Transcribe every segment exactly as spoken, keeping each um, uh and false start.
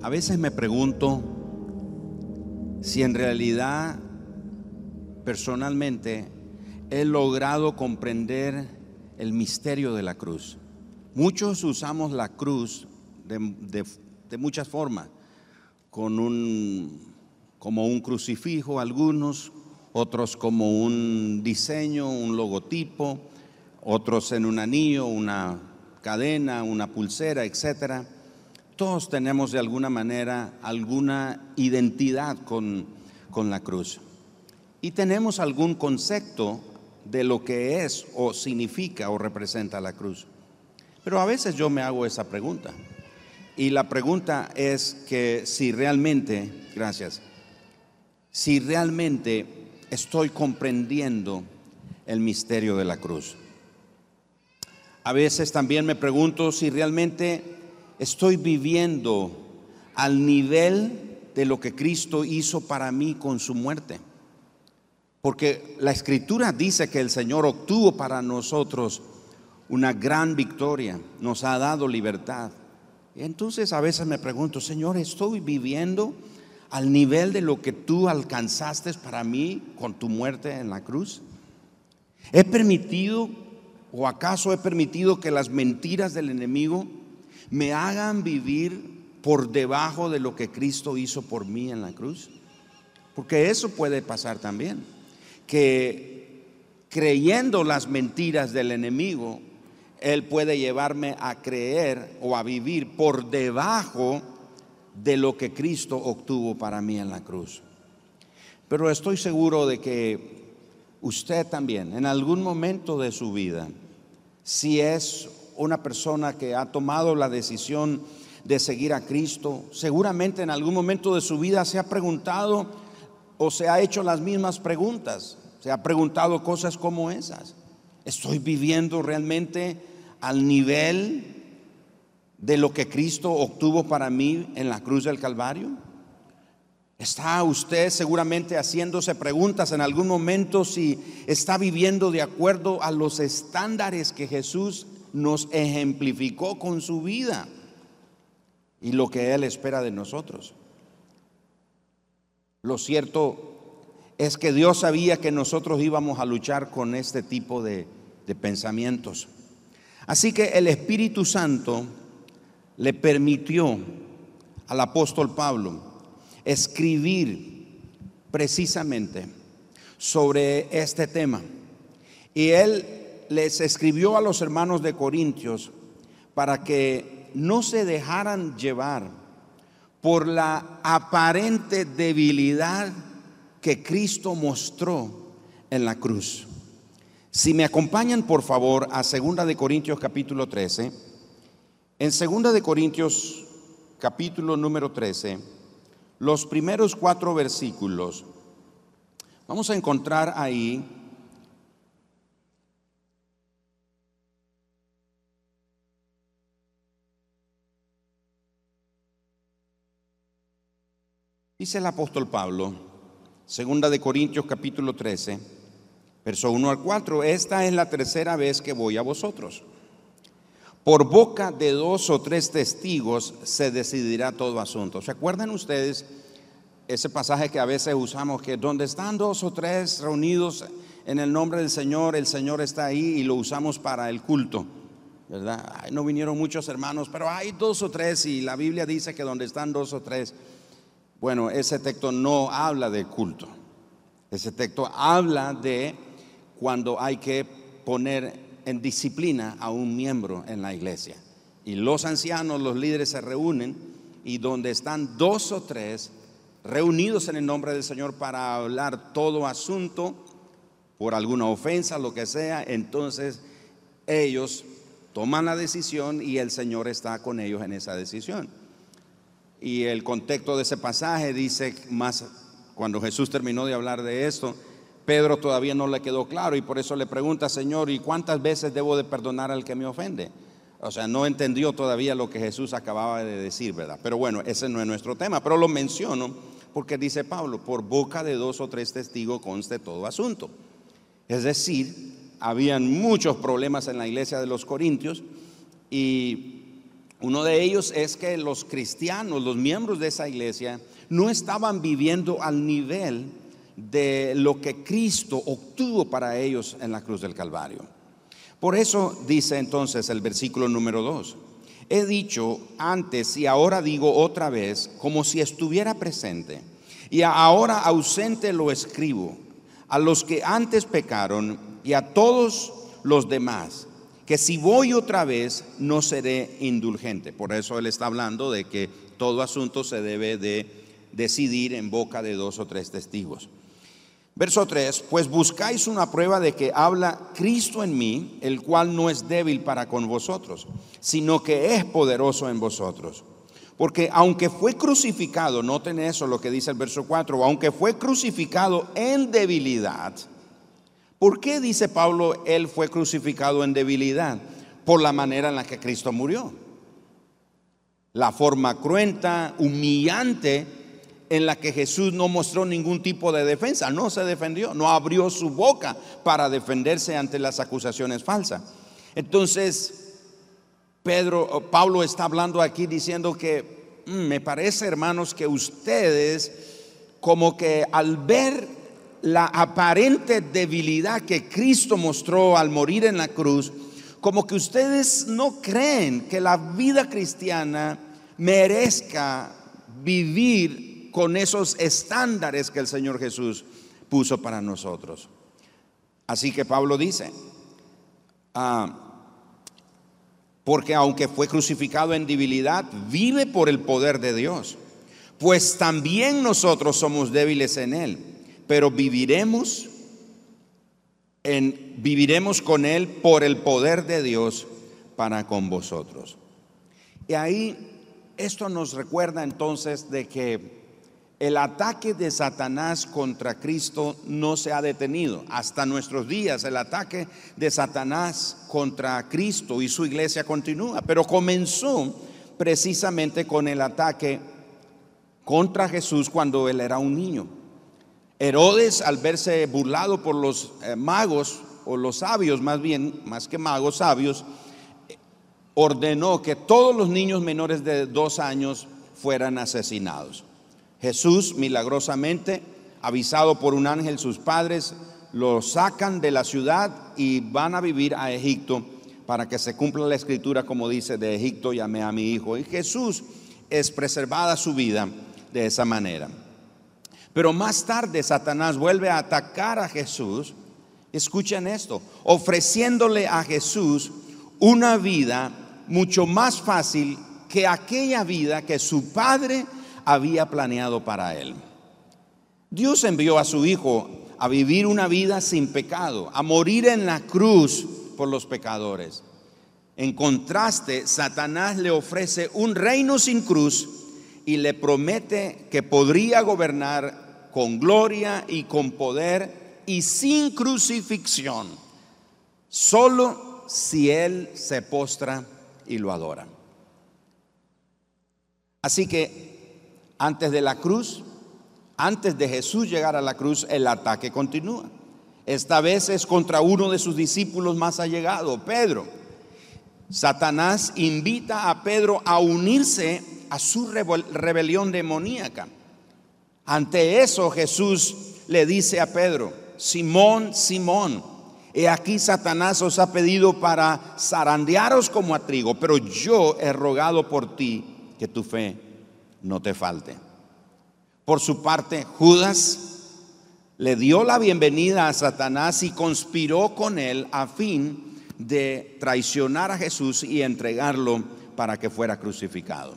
A veces me pregunto si en realidad, personalmente, he logrado comprender el misterio de la cruz. Muchos usamos la cruz de, de, de muchas formas, con un, como un crucifijo, algunos, otros como un diseño, un logotipo, otros en un anillo, una cadena, una pulsera, etcétera. Todos tenemos de alguna manera alguna identidad con, con la cruz y tenemos algún concepto de lo que es o significa o representa la cruz. Pero a veces yo me hago esa pregunta, y la pregunta es que si realmente, gracias, si realmente estoy comprendiendo el misterio de la cruz. A veces también me pregunto si realmente estoy viviendo al nivel de lo que Cristo hizo para mí con su muerte. Porque la Escritura dice que el Señor obtuvo para nosotros una gran victoria, nos ha dado libertad. Entonces a veces me pregunto, Señor, ¿estoy viviendo al nivel de lo que tú alcanzaste para mí con tu muerte en la cruz? ¿He permitido o acaso he permitido que las mentiras del enemigo me hagan vivir por debajo de lo que Cristo hizo por mí en la cruz? Porque eso puede pasar también, que creyendo las mentiras del enemigo, él puede llevarme a creer o a vivir por debajo de lo que Cristo obtuvo para mí en la cruz. Pero estoy seguro de que usted también, en algún momento de su vida, si es una persona que ha tomado la decisión de seguir a Cristo, seguramente en algún momento de su vida se ha preguntado o se ha hecho las mismas preguntas, se ha preguntado cosas como esas. ¿Estoy viviendo realmente al nivel de lo que Cristo obtuvo para mí en la cruz del Calvario? ¿Está usted seguramente haciéndose preguntas en algún momento si está viviendo de acuerdo a los estándares que Jesús nos ejemplificó con su vida y lo que Él espera de nosotros? Lo cierto es que Dios sabía que nosotros íbamos a luchar con este tipo de, de pensamientos. Así que el Espíritu Santo le permitió al apóstol Pablo escribir precisamente sobre este tema. Y él les escribió a los hermanos de Corintios para que no se dejaran llevar por la aparente debilidad que Cristo mostró en la cruz. Si me acompañan por favor a segunda de Corintios capítulo trece. En segunda de Corintios capítulo número trece, los primeros cuatro versículos, vamos a encontrar ahí dice el apóstol Pablo, segunda de Corintios capítulo trece, verso uno al cuatro: esta es la tercera vez que voy a vosotros. Por boca de dos o tres testigos se decidirá todo asunto. ¿Se acuerdan ustedes ese pasaje que a veces usamos, que donde están dos o tres reunidos en el nombre del Señor, el Señor está ahí, y lo usamos para el culto, ¿verdad? Ay, no vinieron muchos hermanos, pero hay dos o tres, y la Biblia dice que donde están dos o tres. Bueno, ese texto no habla de culto. Ese texto habla de cuando hay que poner en disciplina a un miembro en la iglesia, y los ancianos, los líderes se reúnen, y donde están dos o tres reunidos en el nombre del Señor para hablar todo asunto por alguna ofensa, lo que sea, entonces ellos toman la decisión y el Señor está con ellos en esa decisión. Y el contexto de ese pasaje dice más, cuando Jesús terminó de hablar de esto, Pedro todavía no le quedó claro, y por eso le pregunta: Señor, ¿y cuántas veces debo de perdonar al que me ofende? O sea, no entendió todavía lo que Jesús acababa de decir, ¿verdad? Pero bueno, ese no es nuestro tema, pero lo menciono porque dice Pablo: por boca de dos o tres testigos conste todo asunto. Es decir, habían muchos problemas en la iglesia de los Corintios, y Uno de ellos es que los cristianos, los miembros de esa iglesia, no estaban viviendo al nivel de lo que Cristo obtuvo para ellos en la cruz del Calvario. Por eso dice entonces el versículo número dos: he dicho antes y ahora digo otra vez, como si estuviera presente, y ahora ausente lo escribo, a los que antes pecaron y a todos los demás, que si voy otra vez no seré indulgente. Por eso él está hablando de que todo asunto se debe de decidir en boca de dos o tres testigos. Verso tres: pues buscáis una prueba de que habla Cristo en mí, el cual no es débil para con vosotros, sino que es poderoso en vosotros. Porque aunque fue crucificado, noten eso lo que dice el verso cuatro, aunque fue crucificado en debilidad. ¿Por qué dice Pablo él fue crucificado en debilidad? Por la manera en la que Cristo murió. La forma cruenta, humillante, en la que Jesús no mostró ningún tipo de defensa, no se defendió, no abrió su boca para defenderse ante las acusaciones falsas. Entonces, Pedro, Pablo está hablando aquí diciendo que mmm, me parece, hermanos, que ustedes como que al ver la aparente debilidad que Cristo mostró al morir en la cruz, como que ustedes no creen que la vida cristiana merezca vivir con esos estándares que el Señor Jesús puso para nosotros. Así que Pablo dice, ah, porque aunque fue crucificado en debilidad, vive por el poder de Dios, pues también nosotros somos débiles en él, pero viviremos en, viviremos con él por el poder de Dios para con vosotros. Y ahí esto nos recuerda entonces de que el ataque de Satanás contra Cristo no se ha detenido. Hasta nuestros días el ataque de Satanás contra Cristo y su iglesia continúa, pero comenzó precisamente con el ataque contra Jesús cuando él era un niño. Herodes, al verse burlado por los eh, magos, o los sabios más bien, más que magos, sabios, ordenó que todos los niños menores de dos años fueran asesinados. Jesús, milagrosamente, avisado por un ángel, sus padres lo sacan de la ciudad y van a vivir a Egipto para que se cumpla la escritura, como dice, de Egipto llamé a mi hijo. Y Jesús es preservada su vida de esa manera. Pero más tarde Satanás vuelve a atacar a Jesús. Escuchen esto, ofreciéndole a Jesús una vida mucho más fácil que aquella vida que su padre había planeado para él. Dios envió a su hijo a vivir una vida sin pecado, a morir en la cruz por los pecadores. En contraste, Satanás le ofrece un reino sin cruz y le promete que podría gobernar con gloria y con poder y sin crucifixión, solo si él se postra y lo adora. Así que antes de la cruz, antes de Jesús llegar a la cruz, el ataque continúa. Esta vez es contra uno de sus discípulos más allegados, Pedro. Satanás invita a Pedro a unirse a su rebelión demoníaca. Ante eso Jesús le dice a Pedro: Simón, Simón, he aquí Satanás os ha pedido para zarandearos como a trigo, pero yo he rogado por ti que tu fe no te falte. Por su parte, Judas le dio la bienvenida a Satanás y conspiró con él a fin de traicionar a Jesús y entregarlo para que fuera crucificado.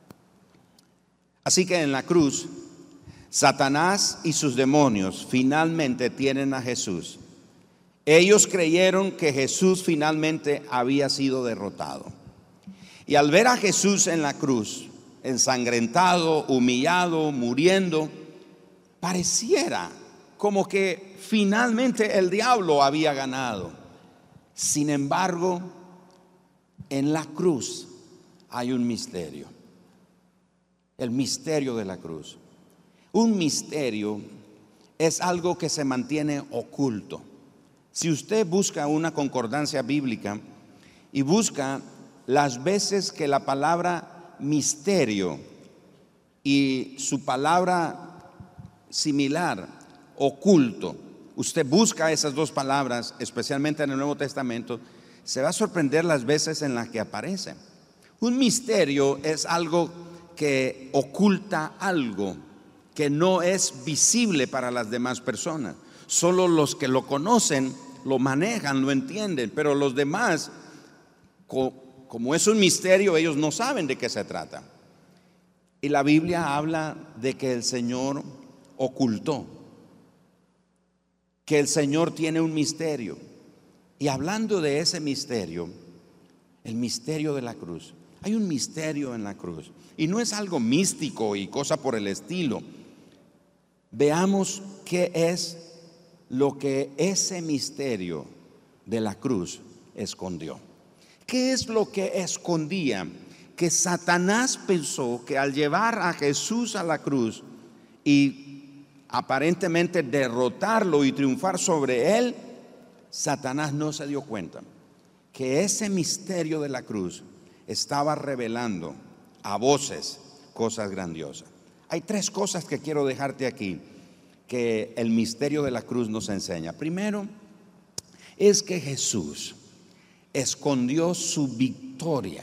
Así que en la cruz, Satanás y sus demonios finalmente tienen a Jesús. Ellos creyeron que Jesús finalmente había sido derrotado. Y al ver a Jesús en la cruz, ensangrentado, humillado, muriendo, pareciera como que finalmente el diablo había ganado. Sin embargo, en la cruz hay un misterio. El misterio de la cruz. Un misterio es algo que se mantiene oculto. Si usted busca una concordancia bíblica y busca las veces que la palabra misterio y su palabra similar, oculto, usted busca esas dos palabras, especialmente en el Nuevo Testamento, se va a sorprender las veces en las que aparecen. Un misterio es algo que oculta algo que no es visible para las demás personas. Solo los que lo conocen lo manejan, lo entienden, pero los demás, como es un misterio, ellos no saben de qué se trata. Y la Biblia habla de que el Señor ocultó, que el Señor tiene un misterio. Y hablando de ese misterio, el misterio de la cruz, hay un misterio en la cruz, y no es algo místico y cosa por el estilo. Veamos qué es lo que ese misterio de la cruz escondió. ¿Qué es lo que escondía? Que Satanás pensó que al llevar a Jesús a la cruz y aparentemente derrotarlo y triunfar sobre él, Satanás no se dio cuenta que ese misterio de la cruz estaba revelando a voces cosas grandiosas. Hay tres cosas que quiero dejarte aquí que el misterio de la cruz nos enseña. Primero, es que Jesús escondió su victoria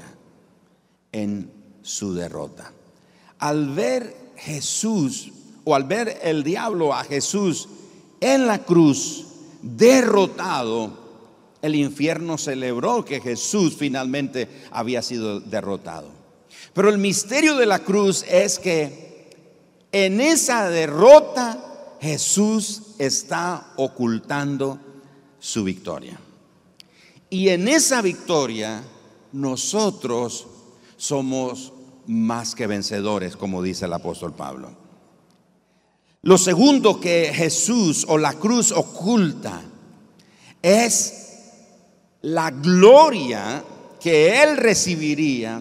en su derrota. Al ver Jesús, o al ver el diablo a Jesús en la cruz derrotado, el infierno celebró que Jesús finalmente había sido derrotado. Pero el misterio de la cruz es que en esa derrota Jesús está ocultando su victoria. Y en esa victoria nosotros somos más que vencedores, como dice el apóstol Pablo. Lo segundo que Jesús o la cruz oculta es la gloria que él recibiría.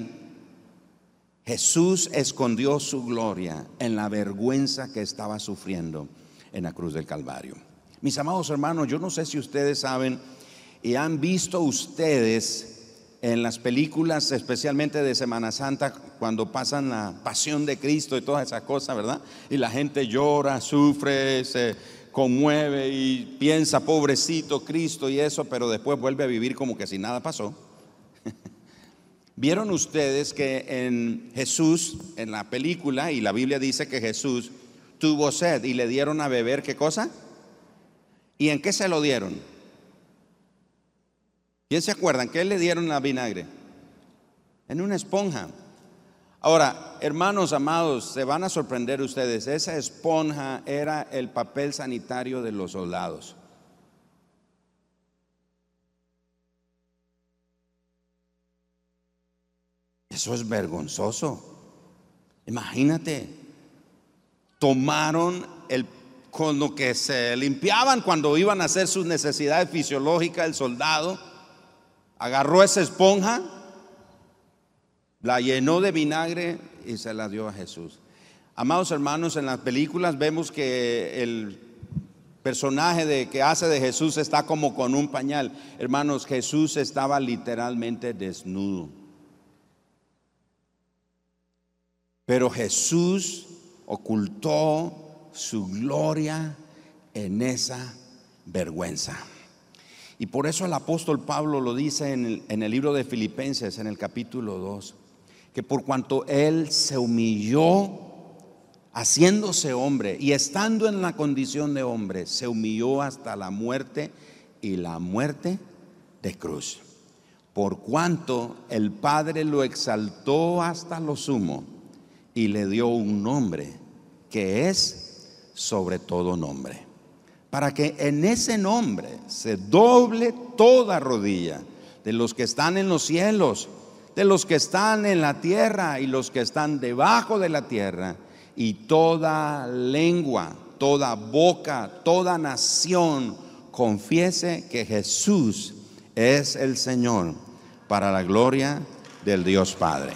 Jesús escondió su gloria en la vergüenza que estaba sufriendo en la cruz del Calvario. Mis amados hermanos, yo no sé si ustedes saben y han visto ustedes en las películas, especialmente de Semana Santa, cuando pasan la pasión de Cristo y todas esas cosas, ¿verdad? Y la gente llora, sufre, se conmueve y piensa, pobrecito Cristo y eso, pero después vuelve a vivir como que si nada pasó. ¿Vieron ustedes que en Jesús, en la película, y la Biblia dice que Jesús tuvo sed y le dieron a beber, ¿qué cosa? ¿Y en qué se lo dieron? ¿Quién se acuerdan? ¿Qué le dieron a vinagre? En una esponja. Ahora, hermanos amados, se van a sorprender ustedes. Esa esponja era el papel sanitario de los soldados. Eso es vergonzoso. Imagínate, tomaron el, con lo que se limpiaban cuando iban a hacer sus necesidades fisiológicas, el soldado agarró esa esponja, la llenó de vinagre y se la dio a Jesús. Amados hermanos, en las películas vemos que el personaje de, que hace de Jesús está como con un pañal. Hermanos, Jesús estaba literalmente desnudo. Pero Jesús ocultó su gloria en esa vergüenza. Y por eso el apóstol Pablo lo dice en el, en el libro de Filipenses, en el capítulo dos, que por cuanto él se humilló haciéndose hombre y estando en la condición de hombre, se humilló hasta la muerte y la muerte de cruz. Por cuanto el Padre lo exaltó hasta lo sumo y le dio un nombre que es sobre todo nombre, para que en ese nombre se doble toda rodilla de los que están en los cielos, de los que están en la tierra y los que están debajo de la tierra, y toda lengua, toda boca, toda nación confiese que Jesús es el Señor, para la gloria del Dios Padre.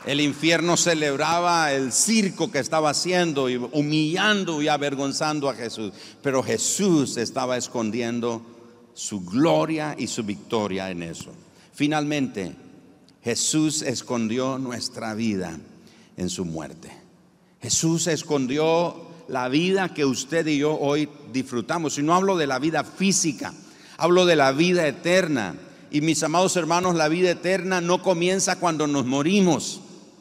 El infierno celebraba el circo que estaba haciendo, y humillando y avergonzando a Jesús. Pero Jesús estaba escondiendo su gloria y su victoria en eso. Finalmente, Jesús escondió nuestra vida en su muerte. Jesús escondió la vida que usted y yo hoy disfrutamos. Y no hablo de la vida física, hablo de la vida eterna. Y mis amados hermanos, la vida eterna no comienza cuando nos morimos.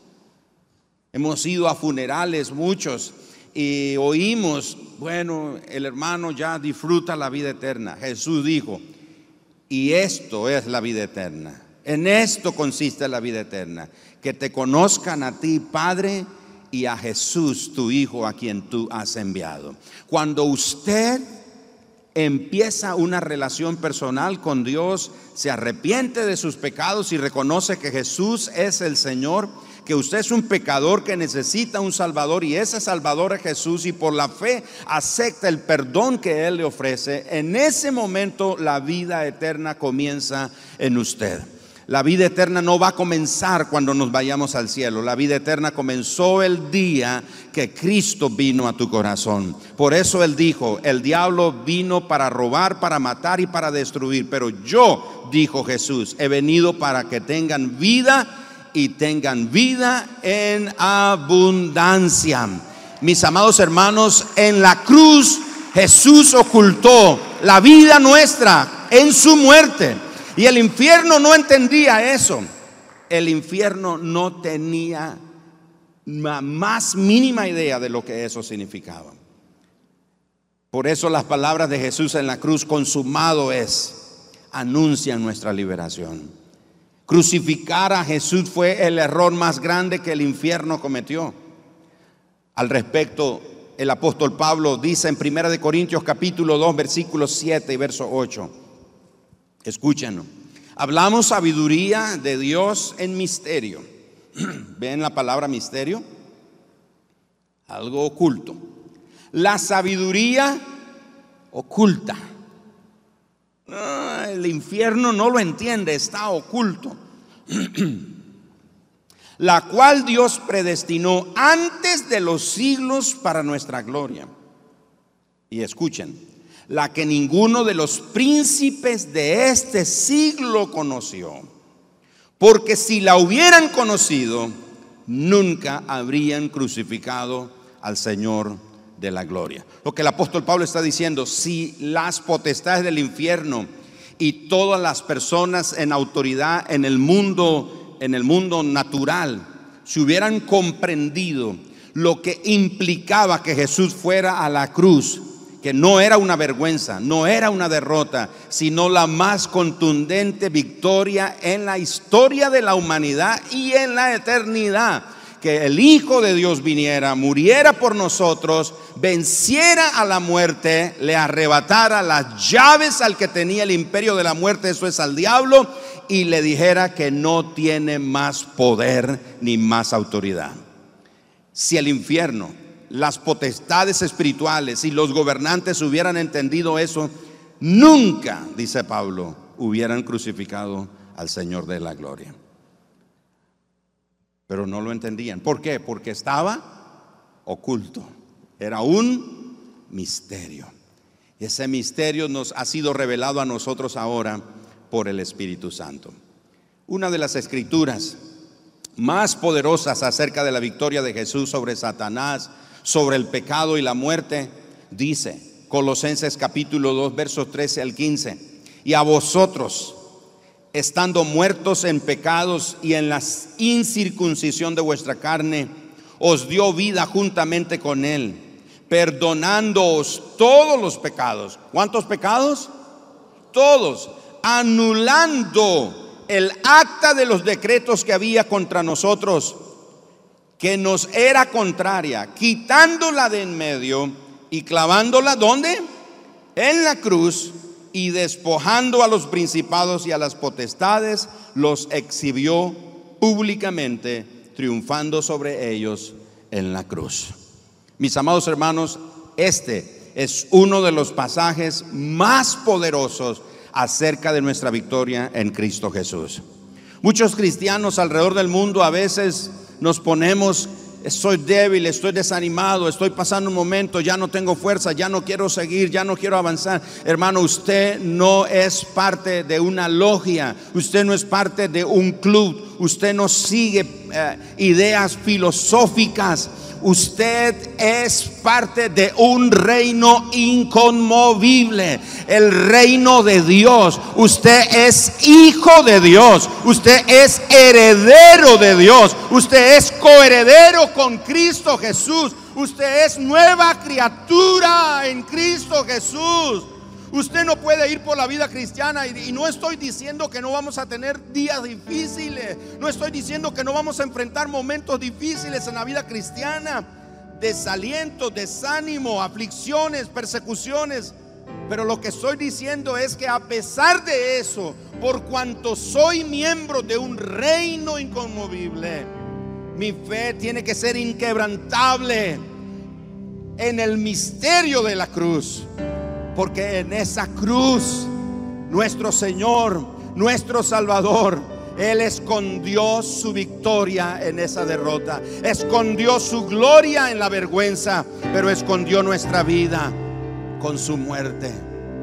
Hemos ido a funerales muchos y oímos, bueno, el hermano ya disfruta la vida eterna. Jesús dijo, y esto es la vida eterna. En esto consiste la vida eterna, que te conozcan a ti, Padre, y a Jesús, tu Hijo, a quien tú has enviado. Cuando usted empieza una relación personal con Dios, se arrepiente de sus pecados y reconoce que Jesús es el Señor, que usted es un pecador que necesita un Salvador, y ese Salvador es Jesús, y por la fe acepta el perdón que Él le ofrece, en ese momento la vida eterna comienza en usted. La vida eterna no va a comenzar cuando nos vayamos al cielo. La vida eterna comenzó el día que Cristo vino a tu corazón. Por eso Él dijo, el diablo vino para robar, para matar y para destruir, pero yo, dijo Jesús, he venido para que tengan vida y tengan vida en abundancia. Mis amados hermanos, en la cruz Jesús ocultó la vida nuestra en su muerte, y el infierno no entendía eso. El infierno no tenía la más mínima idea de lo que eso significaba. Por eso las palabras de Jesús en la cruz, consumado es, anuncian nuestra liberación. Crucificar a Jesús fue el error más grande que el infierno cometió. Al respecto, el apóstol Pablo dice en primera de Corintios capítulo dos, versículos siete y verso ocho. Escúchenlo. Hablamos sabiduría de Dios en misterio. ¿Ven la palabra misterio? Algo oculto. La sabiduría oculta. Ah, el infierno no lo entiende, está oculto. La cual Dios predestinó antes de los siglos para nuestra gloria. Y escuchen, la que ninguno de los príncipes de este siglo conoció, porque si la hubieran conocido, nunca habrían crucificado al Señor de la gloria. Lo que el apóstol Pablo está diciendo, si las potestades del infierno y todas las personas en autoridad en el mundo, en el mundo natural, si hubieran comprendido lo que implicaba que Jesús fuera a la cruz, que no era una vergüenza, no era una derrota, sino la más contundente victoria en la historia de la humanidad y en la eternidad, que el Hijo de Dios viniera, muriera por nosotros, venciera a la muerte, le arrebatara las llaves al que tenía el imperio de la muerte, eso es al diablo, y le dijera que no tiene más poder ni más autoridad. Si el infierno, las potestades espirituales y los gobernantes hubieran entendido eso, nunca, dice Pablo, hubieran crucificado al Señor de la gloria. Pero no lo entendían. ¿Por qué? Porque estaba oculto. Era un misterio. Ese misterio nos ha sido revelado a nosotros ahora por el Espíritu Santo. Una de las escrituras más poderosas acerca de la victoria de Jesús sobre Satanás, sobre el pecado y la muerte, dice Colosenses capítulo dos, versos trece al quince: y a vosotros, estando muertos en pecados y en la incircuncisión de vuestra carne, os dio vida juntamente con Él, perdonándoos todos los pecados. ¿Cuántos pecados? Todos. Anulando el acta de los decretos que había contra nosotros, que nos era contraria, quitándola de en medio y clavándola, ¿dónde? En la cruz, y despojando a los principados y a las potestades, los exhibió públicamente, triunfando sobre ellos en la cruz. Mis amados hermanos, este es uno de los pasajes más poderosos acerca de nuestra victoria en Cristo Jesús. Muchos cristianos alrededor del mundo a veces nos ponemos, estoy débil, estoy desanimado, estoy pasando un momento, ya no tengo fuerza, ya no quiero seguir, ya no quiero avanzar. Hermano, usted no es parte de una logia, usted no es parte de un club, usted no sigue eh, ideas filosóficas. Usted es parte de un reino inconmovible, el reino de Dios. Usted es hijo de Dios, usted es heredero de Dios, usted es coheredero con Cristo Jesús, usted es nueva criatura en Cristo Jesús. Usted no puede ir por la vida cristiana y, y no estoy diciendo que no vamos a tener días difíciles, no estoy diciendo que no vamos a enfrentar momentos difíciles en la vida cristiana, desaliento, desánimo, aflicciones, persecuciones. Pero lo que estoy diciendo es que a pesar de eso, por cuanto soy miembro de un reino inconmovible, mi fe tiene que ser inquebrantable en el misterio de la cruz. Porque en esa cruz nuestro Señor, nuestro Salvador, Él escondió su victoria en esa derrota, escondió su gloria en la vergüenza, pero escondió nuestra vida con su muerte.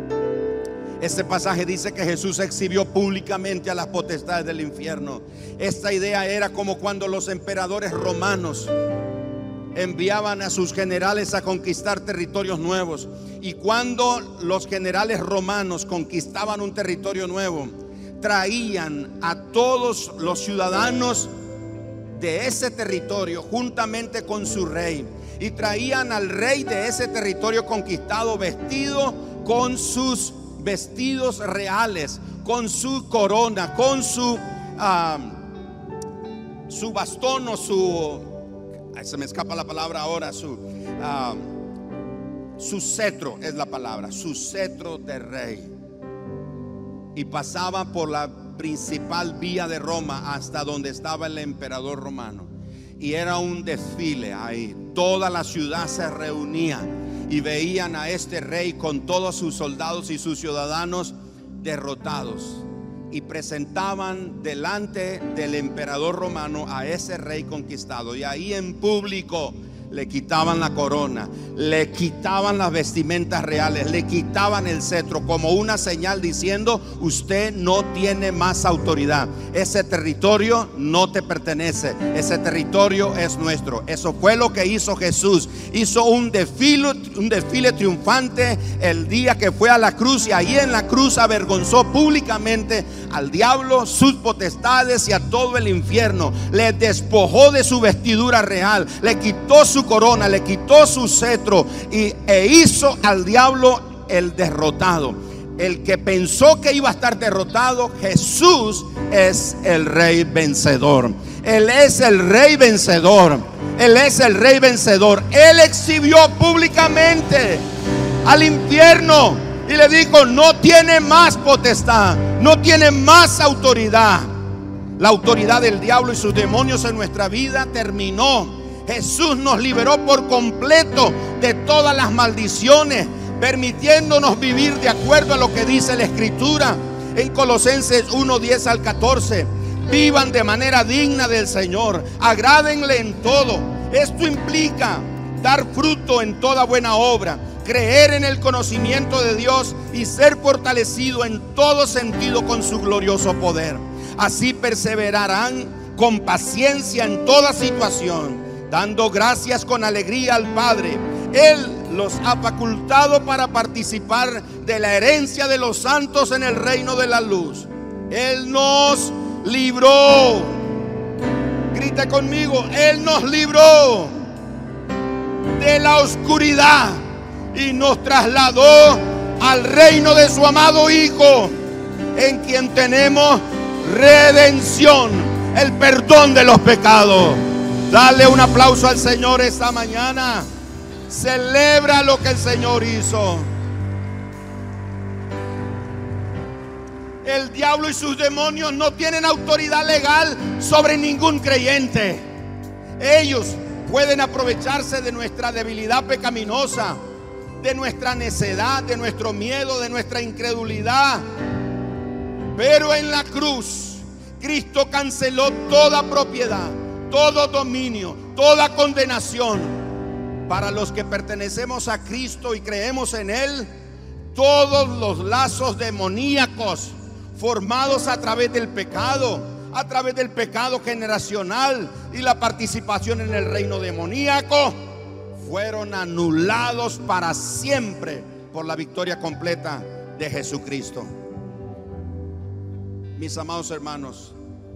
Este pasaje dice que Jesús exhibió públicamente a las potestades del infierno. Esta idea era como cuando los emperadores romanos enviaban a sus generales a conquistar territorios nuevos. Y cuando los generales romanos conquistaban un territorio nuevo, traían a todos los ciudadanos de ese territorio juntamente con su rey, y traían al rey de ese territorio conquistado vestido con sus vestidos reales, con su corona, con su uh, su bastón o su, se me escapa la palabra ahora, su uh, su cetro es la palabra, su cetro de rey. Y pasaba por la principal vía de Roma hasta donde estaba el emperador romano. Y era un desfile ahí. Toda la ciudad se reunía y veían a este rey con todos sus soldados y sus ciudadanos derrotados. Y presentaban delante del emperador romano a ese rey conquistado. Y ahí en público le quitaban la corona, le quitaban las vestimentas reales, le quitaban el cetro como una señal diciendo: usted no tiene más autoridad, ese territorio no te pertenece, ese territorio es nuestro. Eso fue lo que hizo Jesús. Hizo un desfile, un desfile triunfante el día que fue a la cruz, y ahí en la cruz avergonzó públicamente al diablo, sus potestades y a todo el infierno. Le despojó de su vestidura real, le quitó su corona, le quitó su cetro y, e hizo al diablo el derrotado. El que pensó que iba a estar derrotado, Jesús es el rey vencedor. Él es el rey vencedor. Él es el rey vencedor. Él exhibió públicamente al infierno y le dijo: no tiene más potestad, no tiene más autoridad. La autoridad del diablo y sus demonios en nuestra vida terminó. Jesús nos liberó por completo de todas las maldiciones, permitiéndonos vivir de acuerdo a lo que dice la Escritura en Colosenses uno, diez al catorce. Vivan de manera digna del Señor, agrádenle en todo. Esto implica dar fruto en toda buena obra, creer en el conocimiento de Dios y ser fortalecido en todo sentido con su glorioso poder. Así perseverarán con paciencia en toda situación, dando gracias con alegría al Padre. Él los ha facultado para participar de la herencia de los santos en el reino de la luz. Él nos libró. Grita conmigo: Él nos libró de la oscuridad y nos trasladó al reino de su amado Hijo, en quien tenemos redención, el perdón de los pecados. Dale un aplauso al Señor esta mañana. Celebra lo que el Señor hizo. El diablo y sus demonios no tienen autoridad legal sobre ningún creyente. Ellos pueden aprovecharse de nuestra debilidad pecaminosa, de nuestra necedad, de nuestro miedo, de nuestra incredulidad. Pero en la cruz, Cristo canceló toda propiedad, todo dominio, toda condenación. Para los que pertenecemos a Cristo y creemos en Él, todos los lazos demoníacos formados a través del pecado, a través del pecado generacional y la participación en el reino demoníaco, fueron anulados para siempre por la victoria completa de Jesucristo. Mis amados hermanos,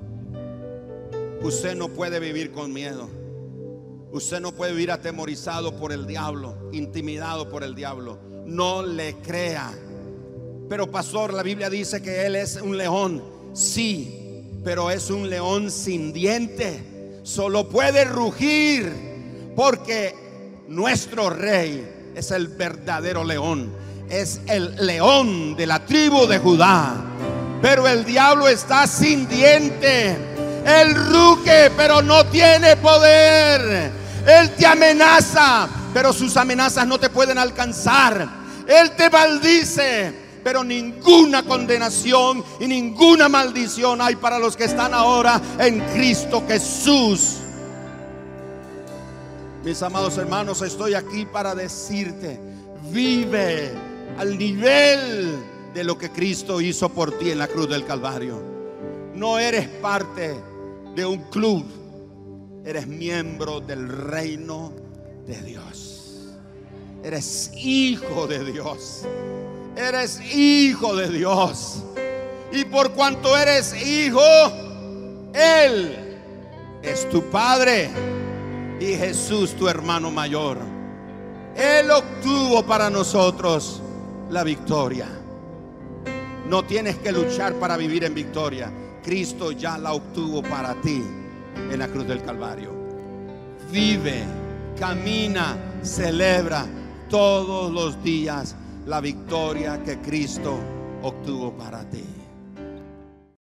usted no puede vivir con miedo. Usted no puede vivir atemorizado por el diablo, intimidado por el diablo. No le crea. Pero pastor, la Biblia dice que él es un león. Sí, pero es un león sin diente. Solo puede rugir porque nuestro rey es el verdadero león. Es el león de la tribu de Judá. Pero el diablo está sin diente. Él ruge, pero no tiene poder. Él te amenaza, pero sus amenazas no te pueden alcanzar. Él te maldice, pero ninguna condenación y ninguna maldición hay para los que están ahora en Cristo Jesús. Mis amados hermanos, estoy aquí para decirte: vive al nivel de lo que Cristo hizo por ti en la cruz del Calvario. No eres parte de un club, eres miembro del reino de Dios. Eres hijo de Dios. Eres hijo de Dios. Y por cuanto eres hijo, Él es tu Padre y Jesús tu hermano mayor. Él obtuvo para nosotros la victoria. No tienes que luchar para vivir en victoria. Cristo ya la obtuvo para ti en la cruz del Calvario. Vive, camina, celebra todos los días la victoria que Cristo obtuvo para ti.